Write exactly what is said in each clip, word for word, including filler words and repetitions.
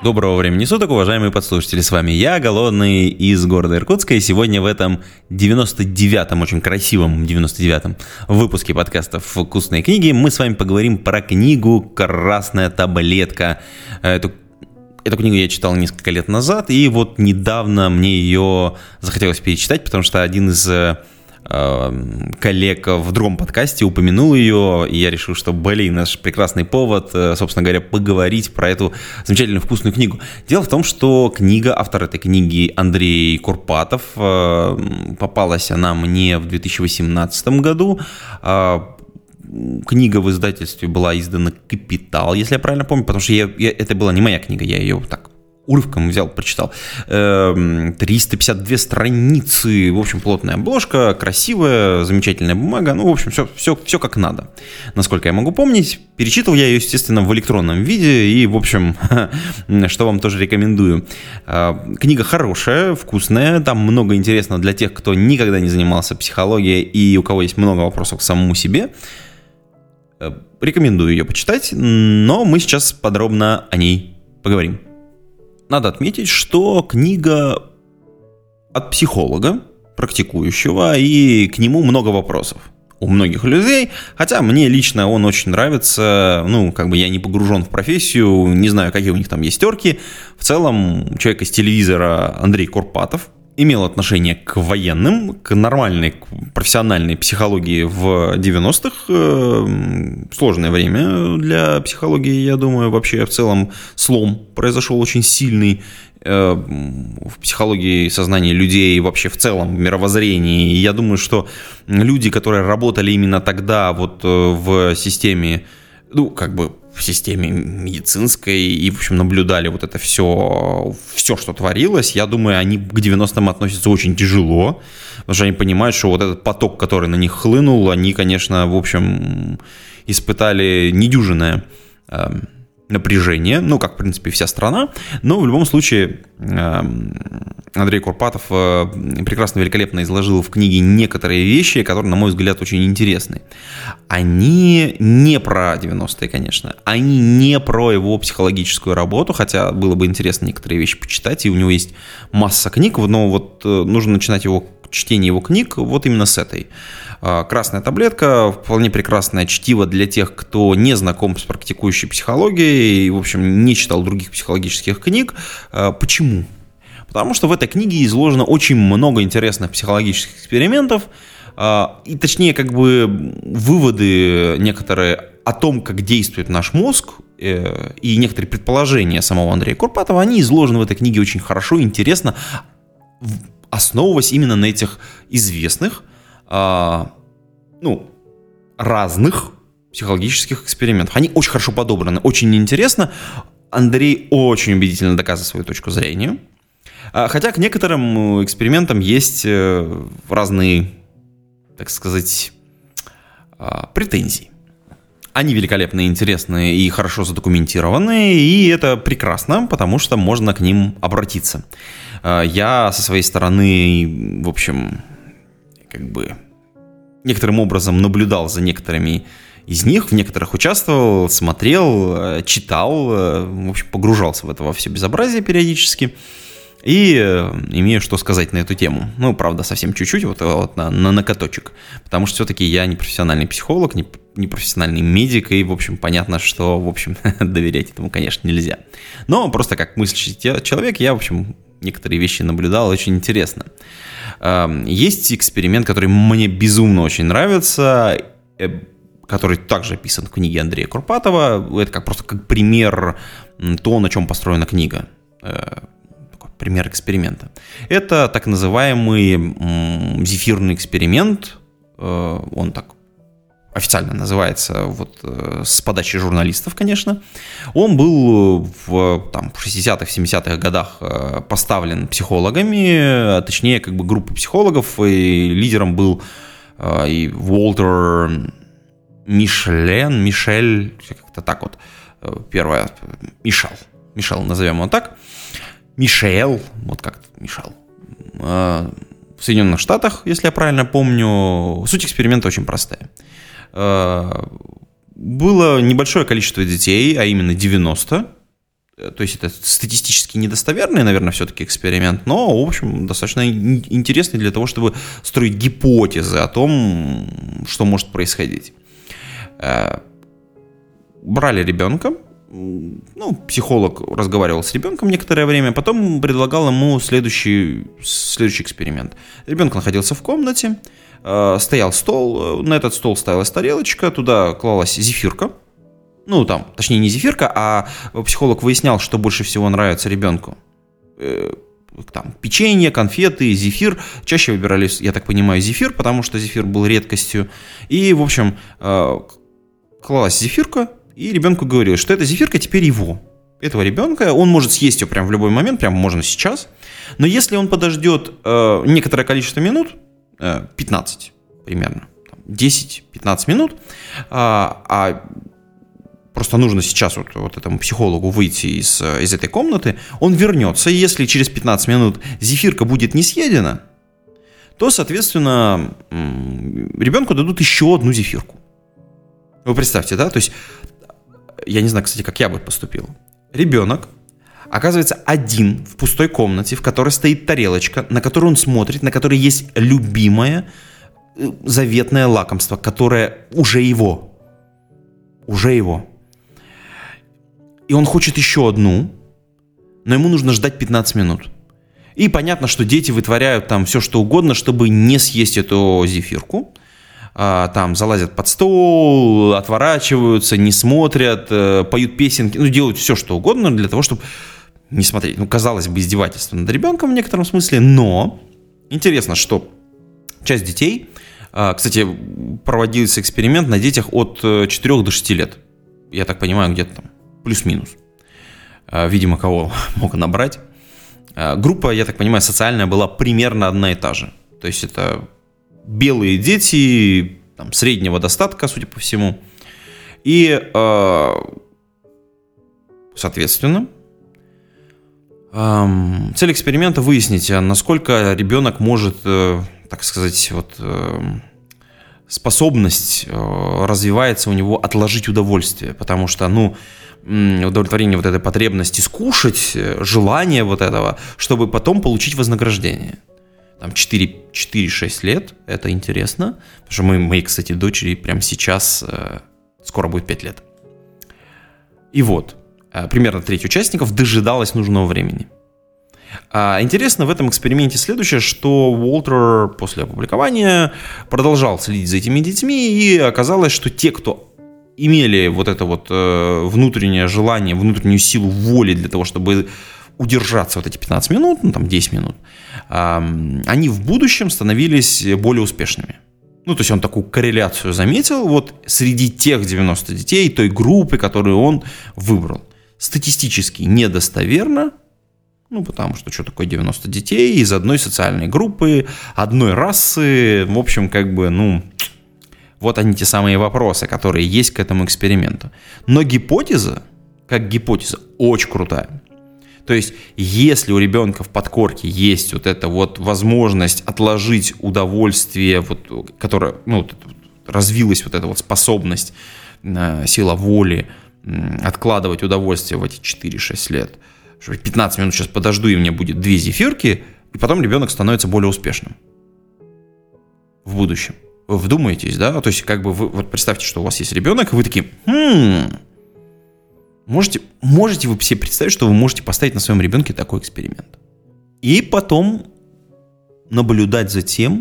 Доброго времени суток, уважаемые подслушатели, с вами я, Голодный, из города Иркутска, и сегодня в этом девяносто девятом, очень красивом девяносто девятом выпуске подкаста «Вкусные книги» мы с вами поговорим про книгу «Красная таблетка». Эту, эту книгу я читал несколько лет назад, и вот недавно мне ее захотелось перечитать, потому что один из коллег в другом подкасте упомянул ее, и я решил, что, блин, наш прекрасный повод, собственно говоря, поговорить про эту замечательную вкусную книгу. Дело в том, что книга, автор этой книги Андрей Курпатов, попалась она мне в две тысячи восемнадцатом году. Книга в издательстве была издана «Капитал», если я правильно помню, потому что я, я, это была не моя книга, я ее так урывком взял, прочитал. триста пятьдесят две страницы, в общем, плотная обложка, красивая, замечательная бумага, ну, в общем, все, все, все как надо, насколько я могу помнить. Перечитывал я ее, естественно, в электронном виде, и, в общем, что вам тоже рекомендую. Книга хорошая, вкусная, там много интересного для тех, кто никогда не занимался психологией и у кого есть много вопросов к самому себе. Рекомендую ее почитать, но мы сейчас подробно о ней поговорим. Надо отметить, что книга от психолога, практикующего, и к нему много вопросов у многих людей, хотя мне лично он очень нравится, ну, как бы я не погружен в профессию, не знаю, какие у них там есть терки. В целом, человек из телевизора Андрей Курпатов имел отношение к военным, к нормальной, к профессиональной психологии в девяностых. Сложное время для психологии, я думаю. Вообще, в целом, слом произошел очень сильный в психологии сознания людей и вообще в целом в мировоззрении. И я думаю, что люди, которые работали именно тогда вот в системе, ну, как бы в системе медицинской и, в общем, наблюдали вот это все, все, что творилось, я думаю, они к девяностым относятся очень тяжело, потому что они понимают, что вот этот поток, который на них хлынул, они, конечно, в общем, испытали недюжинное э, напряжение, ну, как, в принципе, вся страна, но в любом случае э, Андрей Курпатов э, прекрасно, великолепно изложил в книге некоторые вещи, которые, на мой взгляд, очень интересны. Они не про девяностые, конечно, они не про его психологическую работу, хотя было бы интересно некоторые вещи почитать, и у него есть масса книг, но вот э, нужно начинать его чтение его книг вот именно с этой. «Красная таблетка» — вполне прекрасное чтиво для тех, кто не знаком с практикующей психологией и, в общем, не читал других психологических книг. Почему? Потому что в этой книге изложено очень много интересных психологических экспериментов, и точнее, как бы выводы некоторые о том, как действует наш мозг, и некоторые предположения самого Андрея Курпатова, они изложены в этой книге очень хорошо, интересно, основываясь именно на этих известных, а, ну, разных психологических экспериментах. Они очень хорошо подобраны, очень интересно. Андрей очень убедительно доказывает свою точку зрения. А, хотя к некоторым экспериментам есть разные, так сказать, претензии. Они великолепные, интересные и хорошо задокументированы, и это прекрасно, потому что можно к ним обратиться. Я со своей стороны, в общем, как бы некоторым образом наблюдал за некоторыми из них, в некоторых участвовал, смотрел, читал, в общем, погружался в это во все безобразие периодически. И имею что сказать на эту тему. Ну, правда, совсем чуть-чуть, вот, вот на, на накаточек. Потому что все-таки я не профессиональный психолог, не, не профессиональный медик, и, в общем, понятно, что, в общем, доверять этому, конечно, нельзя. Но просто как мыслящий человек, я, в общем, некоторые вещи наблюдал, очень интересно. Есть эксперимент, который мне безумно очень нравится, который также описан в книге Андрея Курпатова. Это как просто как пример то, на чем построена книга. Пример эксперимента. Это так называемый м, зефирный эксперимент. Э, он так официально называется вот, э, с подачи журналистов, конечно. Он был в, там, в шестидесятых, семидесятых годах э, поставлен психологами, а точнее как бы группой психологов, и лидером был э, и Уолтер Мишлен, Мишель, как-то так вот. Первое, Мишел, Мишел, назовем его так. Мишел, вот как Мишел, в Соединенных Штатах, если я правильно помню. Суть эксперимента очень простая. Было небольшое количество детей, а именно девяносто, То есть это статистически недостоверный, наверное, все-таки эксперимент, но, в общем, достаточно интересный для того, чтобы строить гипотезы о том, что может происходить. Брали ребенка, ну, психолог разговаривал с ребенком некоторое время, потом предлагал ему следующий, следующий эксперимент. Ребенок находился в комнате, стоял стол, на этот стол ставилась тарелочка, туда клалась зефирка. Ну, там, точнее, не зефирка, а психолог выяснял, что больше всего нравится ребенку. Там, печенье, конфеты, зефир. Чаще выбирали, я так понимаю, зефир, потому что зефир был редкостью. И, в общем, клалась зефирка, и ребенку говорили, что эта зефирка теперь его. Этого ребенка, он может съесть ее прямо в любой момент, прямо можно сейчас. Но если он подождет некоторое количество минут, пятнадцать примерно, десять-пятнадцать минут, а, а просто нужно сейчас вот, вот этому психологу выйти из, из этой комнаты, он вернется, и если через пятнадцать минут зефирка будет не съедена, то, соответственно, ребенку дадут еще одну зефирку. Вы представьте, да? То есть, я не знаю, кстати, как я бы поступил. Ребенок оказывается один в пустой комнате, в которой стоит тарелочка, на которую он смотрит, на которой есть любимое заветное лакомство, которое уже его. Уже его. И он хочет еще одну, но ему нужно ждать пятнадцать минут. И понятно, что дети вытворяют там все, что угодно, чтобы не съесть эту зефирку. А, там залазят под стол, отворачиваются, не смотрят, поют песенки, ну, делают все, что угодно для того, чтобы не смотреть. Ну, казалось бы, издевательство над ребенком в некотором смысле, но интересно, что часть детей, кстати, проводился эксперимент на детях от четырёх до шести лет. Я так понимаю, где-то там плюс-минус. Видимо, кого мог набрать. Группа, я так понимаю, социальная была примерно одна и та же. То есть это белые дети там, среднего достатка, судя по всему. И, соответственно, цель эксперимента выяснить, насколько ребенок может, так сказать, вот, способность развивается у него отложить удовольствие, потому что, ну, удовлетворение вот этой потребности скушать, желание вот этого, чтобы потом получить вознаграждение. Там четыре-шесть лет, это интересно, потому что мы, моей, кстати, дочери прямо сейчас, скоро будет пять лет. И вот, примерно треть участников дожидалась нужного времени. Интересно в этом эксперименте следующее, что Уолтер после опубликования продолжал следить за этими детьми, и оказалось, что те, кто имели вот это вот внутреннее желание, внутреннюю силу воли для того, чтобы удержаться вот эти пятнадцать минут, ну там десять минут, они в будущем становились более успешными. Ну, то есть он такую корреляцию заметил вот среди тех девяноста детей, той группы, которую он выбрал. Статистически недостоверно, ну, потому что что такое девяносто детей из одной социальной группы, одной расы, в общем, как бы, ну, вот они те самые вопросы, которые есть к этому эксперименту. Но гипотеза, как гипотеза, очень крутая. То есть, если у ребенка в подкорке есть вот эта вот возможность отложить удовольствие, вот, которая, ну, развилась вот эта вот способность, сила воли, откладывать удовольствие в эти четыре-шесть лет, что пятнадцать минут сейчас подожду, и мне будет две зефирки, и потом ребенок становится более успешным в будущем. Вы вдумаетесь, да? То есть, как бы вы, вот представьте, что у вас есть ребенок, и вы такие, хм, можете, можете вы себе представить, что вы можете поставить на своем ребенке такой эксперимент. И потом наблюдать за тем,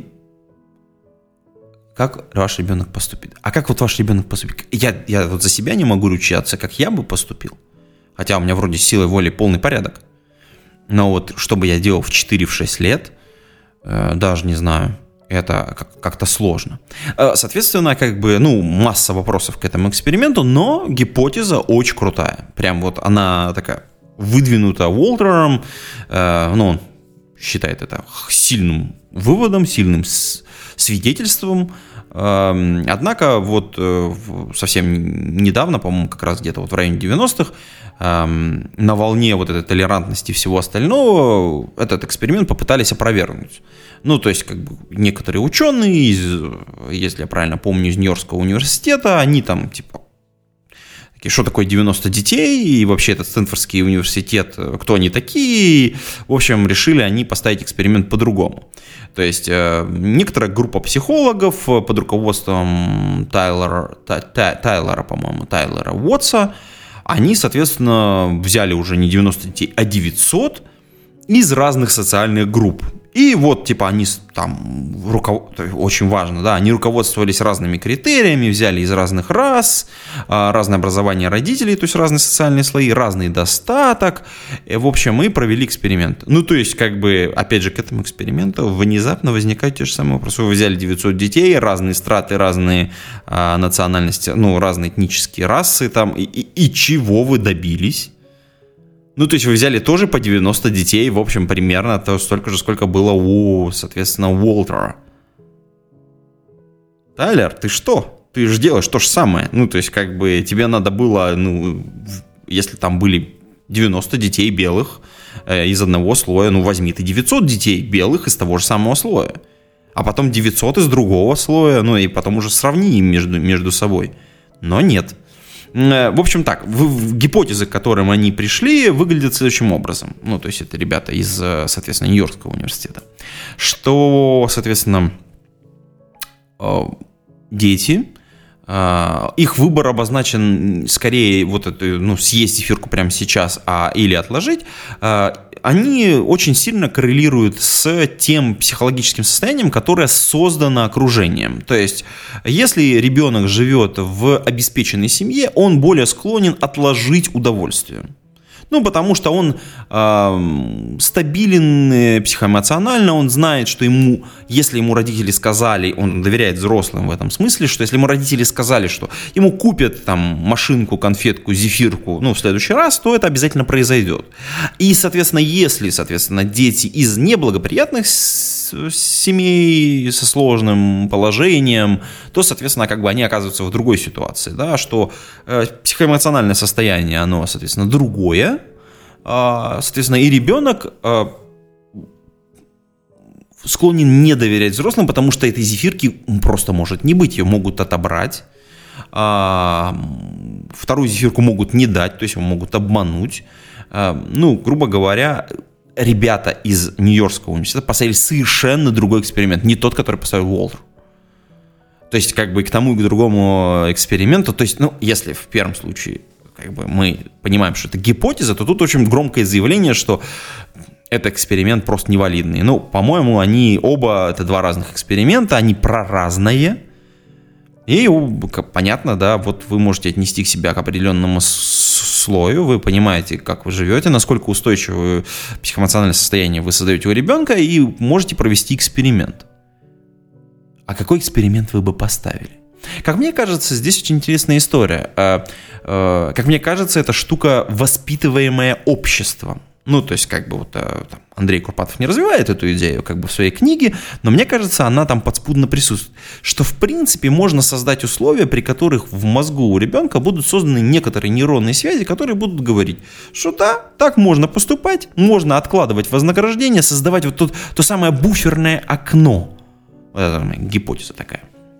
как ваш ребенок поступит. А как вот ваш ребенок поступит? Я, я вот за себя не могу ручаться, как я бы поступил. Хотя у меня вроде силой воли полный порядок. Но вот что бы я делал в четыре-шесть лет, э, даже не знаю, это как- как-то сложно. Э, соответственно, как бы, ну, масса вопросов к этому эксперименту, но гипотеза очень крутая. Прям вот она такая выдвинута Уолтером, э, ну, он считает это сильным выводом, сильным с- свидетельством. Э, однако вот э, совсем недавно, по-моему, как раз где-то вот в районе девяностых, на волне вот этой толерантности и всего остального этот эксперимент попытались опровергнуть. Ну, то есть, как бы некоторые ученые, из, если я правильно помню, из Нью-Йоркского университета, они там, типа, такие, что такое девяносто детей, и вообще этот Стэнфордский университет, кто они такие. В общем, решили они поставить эксперимент по-другому. То есть некоторая группа психологов под руководством Тайлера, Тайлера, по-моему, Тайлера Уотса, они, соответственно, взяли уже не девяносто детей, а девятьсот из разных социальных групп. И вот, типа, они там, руков... очень важно, да, они руководствовались разными критериями, взяли из разных рас, разное образование родителей, то есть разные социальные слои, разный достаток, и, в общем, и провели эксперимент. Ну, то есть, как бы, опять же, к этому эксперименту внезапно возникают те же самые вопросы. Вы взяли девятьсот детей, разные страты, разные а, национальности, ну, разные этнические расы, там, и, и, и чего вы добились? Ну, то есть вы взяли тоже по девяносто детей, в общем, примерно то столько же, сколько было у, соответственно, Уолтера. Тайлер, ты что? Ты же делаешь то же самое. Ну, то есть, как бы, тебе надо было, ну, если там были девяносто детей белых э, из одного слоя, ну, возьми ты девятьсот детей белых из того же самого слоя. А потом девятьсот из другого слоя, ну, и потом уже сравни им между, между собой. Но нет. В общем так, гипотезы, к которым они пришли, выглядят следующим образом. Ну, то есть это ребята из, соответственно, Нью-Йоркского университета. Что, соответственно, дети, их выбор обозначен скорее вот это, ну, съесть зефирку прямо сейчас, а, или отложить, они очень сильно коррелируют с тем психологическим состоянием, которое создано окружением. То есть, если ребенок живет в обеспеченной семье, он более склонен отложить удовольствие. Ну, потому что он э, стабилен э, психоэмоционально, он знает, что ему, если ему родители сказали, он доверяет взрослым в этом смысле, что если ему родители сказали, что ему купят там машинку, конфетку, зефирку, ну, в следующий раз, то это обязательно произойдет. И, соответственно, если, соответственно, дети из неблагоприятных семей со сложным положением, то, соответственно, как бы они оказываются в другой ситуации, да, что э, психоэмоциональное состояние, оно, соответственно, другое, э, соответственно, и ребенок э, склонен не доверять взрослым, потому что этой зефирки просто может не быть, ее могут отобрать, э, вторую зефирку могут не дать, то есть его могут обмануть, э, ну, грубо говоря, ребята из Нью-Йоркского университета поставили совершенно другой эксперимент, не тот, который поставил Уолтер. То есть, как бы к тому и к другому эксперименту, то есть, ну, если в первом случае, как бы, мы понимаем, что это гипотеза, то тут очень громкое заявление, что этот эксперимент просто невалидный. Ну, по-моему, они оба, это два разных эксперимента, они проразные. И понятно, да, вот вы можете отнести к себя к определенному слою, вы понимаете, как вы живете, насколько устойчивое психоэмоциональное состояние вы создаете у ребенка, и можете провести эксперимент. А какой эксперимент вы бы поставили? Как мне кажется, здесь очень интересная история. Как мне кажется, это штука, воспитываемая обществом. Ну, то есть, как бы вот там, Андрей Курпатов не развивает эту идею как бы в своей книге, но мне кажется, она там подспудно присутствует. Что, в принципе, можно создать условия, при которых в мозгу у ребенка будут созданы некоторые нейронные связи, которые будут говорить, что да, так можно поступать, можно откладывать вознаграждение, создавать вот тут то самое буферное окно. Вот это гипотеза такая.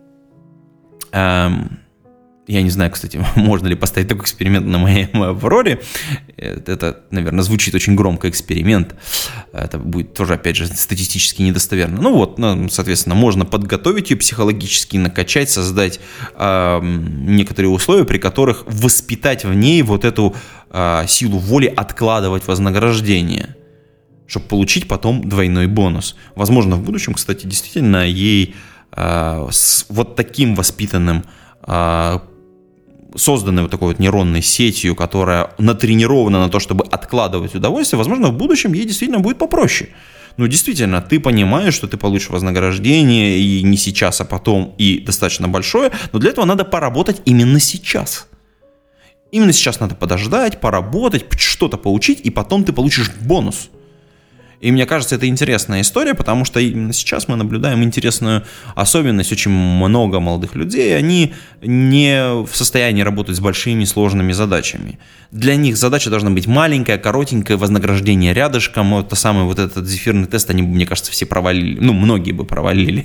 Эм... Я не знаю, кстати, можно ли поставить такой эксперимент на моей Авроре. Это, наверное, звучит очень громко, эксперимент. Это будет тоже, опять же, статистически недостоверно. Ну вот, ну, соответственно, можно подготовить ее психологически, накачать, создать э, некоторые условия, при которых воспитать в ней вот эту э, силу воли откладывать вознаграждение, чтобы получить потом двойной бонус. Возможно, в будущем, кстати, действительно ей э, с вот таким воспитанным э, созданной вот такой вот нейронной сетью, которая натренирована на то, чтобы откладывать удовольствие, возможно, в будущем ей действительно будет попроще. Ну, действительно, ты понимаешь, что ты получишь вознаграждение и не сейчас, а потом, и достаточно большое, но для этого надо поработать именно сейчас. Именно сейчас надо подождать, поработать, что-то получить, и потом ты получишь бонус. И мне кажется, это интересная история, потому что именно сейчас мы наблюдаем интересную особенность. Очень много молодых людей, они не в состоянии работать с большими сложными задачами. Для них задача должна быть маленькая, коротенькая, вознаграждение рядышком. Вот то самое, вот этот зефирный тест, они, мне кажется, все провалили. Ну, многие бы провалили.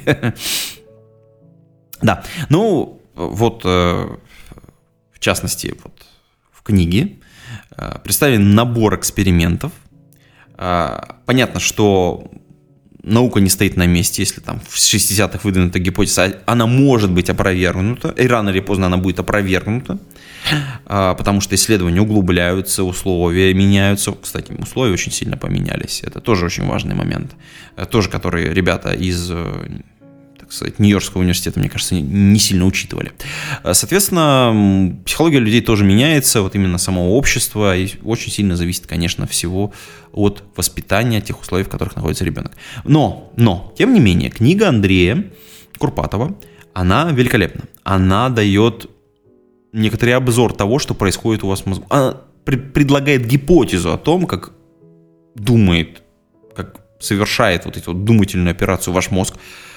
Да, ну, вот, в частности, вот, в книге представлен набор экспериментов. Понятно, что наука не стоит на месте, если там в шестидесятых выдвинута гипотеза, она может быть опровергнута, и рано или поздно она будет опровергнута, потому что исследования углубляются, условия меняются. Кстати, условия очень сильно поменялись, это тоже очень важный момент, тоже который ребята из, так сказать, Нью-Йоркского университета, мне кажется, не сильно учитывали. Соответственно, психология людей тоже меняется, вот именно самого общества, и очень сильно зависит, конечно, всего от воспитания, тех условий, в которых находится ребенок. Но, но, тем не менее, книга Андрея Курпатова, она великолепна. Она дает некоторый обзор того, что происходит у вас в мозгу. Она предлагает гипотезу о том, как думает, как совершает вот эту вот думательную операцию ваш мозг.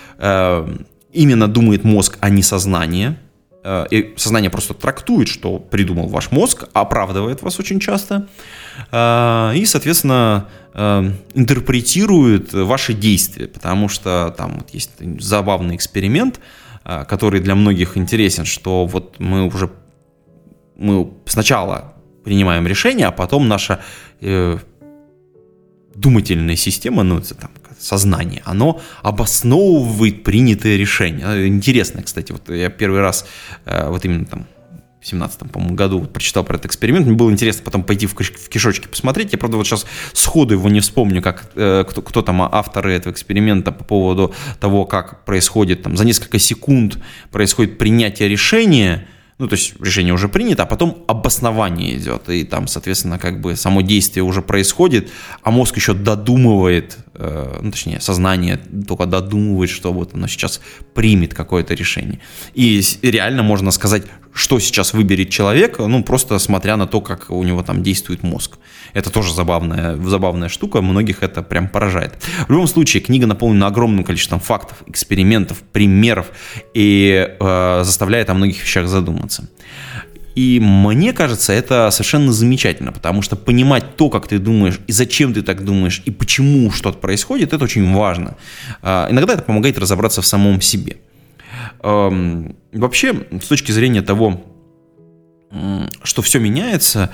Именно думает мозг, а не сознание. И сознание просто трактует, что придумал ваш мозг, оправдывает вас очень часто и, соответственно, интерпретирует ваши действия, потому что там вот есть забавный эксперимент, который для многих интересен, что вот мы уже мы сначала принимаем решение, а потом наша э, думательная система, ну, это там сознание, оно обосновывает принятые решения. Интересно, кстати, вот я первый раз, вот именно там в семнадцатом, по-моему, году вот прочитал про этот эксперимент, мне было интересно потом пойти в кишочки посмотреть, я, правда, вот сейчас сходу его не вспомню, как, кто, кто там авторы этого эксперимента по поводу того, как происходит, там, за несколько секунд происходит принятие решения. Ну, то есть решение уже принято, а потом обоснование идет, и там, соответственно, как бы само действие уже происходит, а мозг еще додумывает, э, ну, точнее, сознание только додумывает, что вот оно сейчас примет какое-то решение. И реально можно сказать, что сейчас выберет человек, ну, просто смотря на то, как у него там действует мозг. Это тоже забавная, забавная штука, многих это прям поражает. В любом случае, книга наполнена огромным количеством фактов, экспериментов, примеров и э, заставляет о многих вещах задуматься. И мне кажется, это совершенно замечательно, потому что понимать то, как ты думаешь, и зачем ты так думаешь, и почему что-то происходит, это очень важно. Э, иногда это помогает разобраться в самом себе. Э, вообще, с точки зрения того, что все меняется,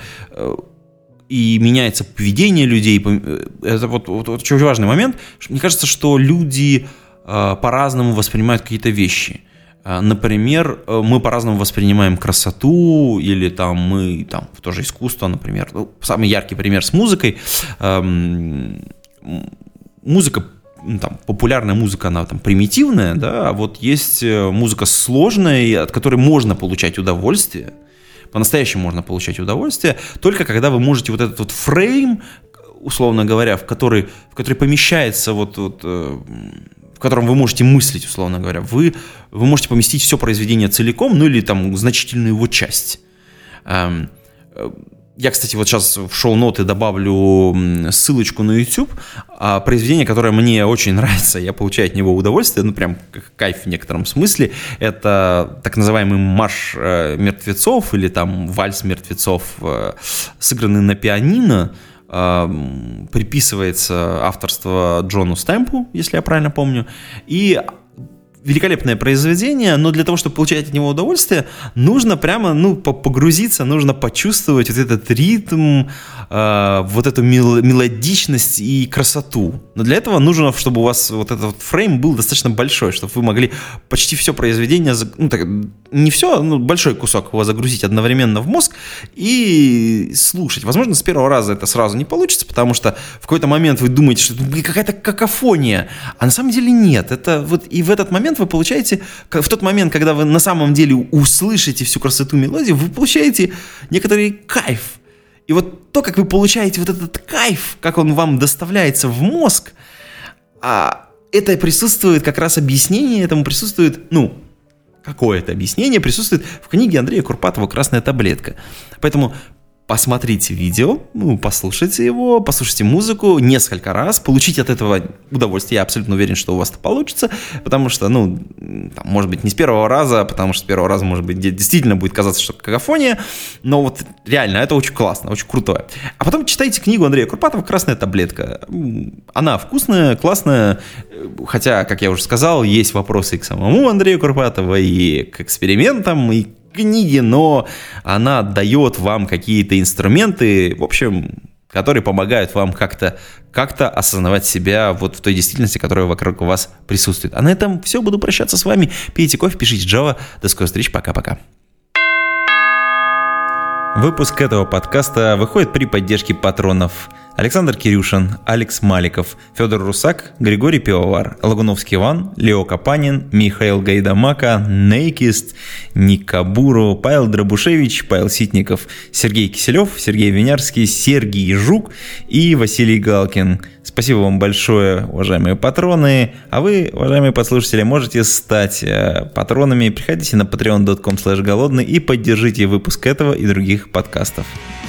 и меняется поведение людей. Это вот, вот, вот очень важный момент. Мне кажется, что люди э, по-разному воспринимают какие-то вещи. Э, например, мы по-разному воспринимаем красоту, или там мы там, тоже искусство, например. Ну, самый яркий пример с музыкой. Э, музыка, ну, там, популярная музыка, она там примитивная, да, а вот есть музыка сложная, от которой можно получать удовольствие. По-настоящему можно получать удовольствие, только когда вы можете вот этот вот фрейм, условно говоря, в который, в который помещается, вот, вот, в котором вы можете мыслить, условно говоря, вы, вы можете поместить все произведение целиком, ну или там значительную его часть. Я, кстати, вот сейчас в шоу-ноты добавлю ссылочку на YouTube, произведение, которое мне очень нравится, я получаю от него удовольствие, ну прям как кайф в некотором смысле. Это так называемый марш мертвецов или там вальс мертвецов, сыгранный на пианино. Приписывается авторство Джону Стэмпу, если я правильно помню, и великолепное произведение, но для того, чтобы получать от него удовольствие, нужно прямо, ну, погрузиться, нужно почувствовать вот этот ритм, э, вот эту мел- мелодичность и красоту. Но для этого нужно, чтобы у вас вот этот вот фрейм был достаточно большой, чтобы вы могли почти все произведение, ну, так, не все, ну, большой кусок его загрузить одновременно в мозг и слушать. Возможно, с первого раза это сразу не получится, потому что в какой-то момент вы думаете, что это какая-то какофония, а на самом деле нет. Это вот и в этот момент вы получаете, в тот момент, когда вы на самом деле услышите всю красоту мелодии, вы получаете некоторый кайф. И вот то, как вы получаете вот этот кайф, как он вам доставляется в мозг, это присутствует, как раз объяснение этому присутствует, ну, какое-то объяснение присутствует в книге Андрея Курпатова «Красная таблетка». Поэтому посмотрите видео, ну, послушайте его, послушайте музыку несколько раз, получите от этого удовольствие. Я абсолютно уверен, что у вас это получится, потому что, ну, там, может быть, не с первого раза, потому что с первого раза, может быть, действительно будет казаться, что какофония, но вот реально это очень классно, очень крутое. А потом читайте книгу Андрея Курпатова «Красная таблетка». Она вкусная, классная, хотя, как я уже сказал, есть вопросы и к самому Андрею Курпатову, и к экспериментам, и книги, но она дает вам какие-то инструменты, в общем, которые помогают вам как-то, как-то осознавать себя вот в той действительности, которая вокруг вас присутствует. А на этом все, буду прощаться с вами. Пейте кофе, пишите Java. До скорых встреч, пока-пока. Выпуск этого подкаста выходит при поддержке патронов: Александр Кирюшин, Алекс Маликов, Федор Русак, Григорий Пивовар, Лагуновский Иван, Лео Капанин, Михаил Гайдамака, Нейкист, Ник Кабуру, Павел Дробушевич, Павел Ситников, Сергей Киселев, Сергей Винярский, Сергей Жук и Василий Галкин. Спасибо вам большое, уважаемые патроны. А вы, уважаемые подслушатели, можете стать патронами. Приходите на patreon точка com слэш голодный и поддержите выпуск этого и других подкастов.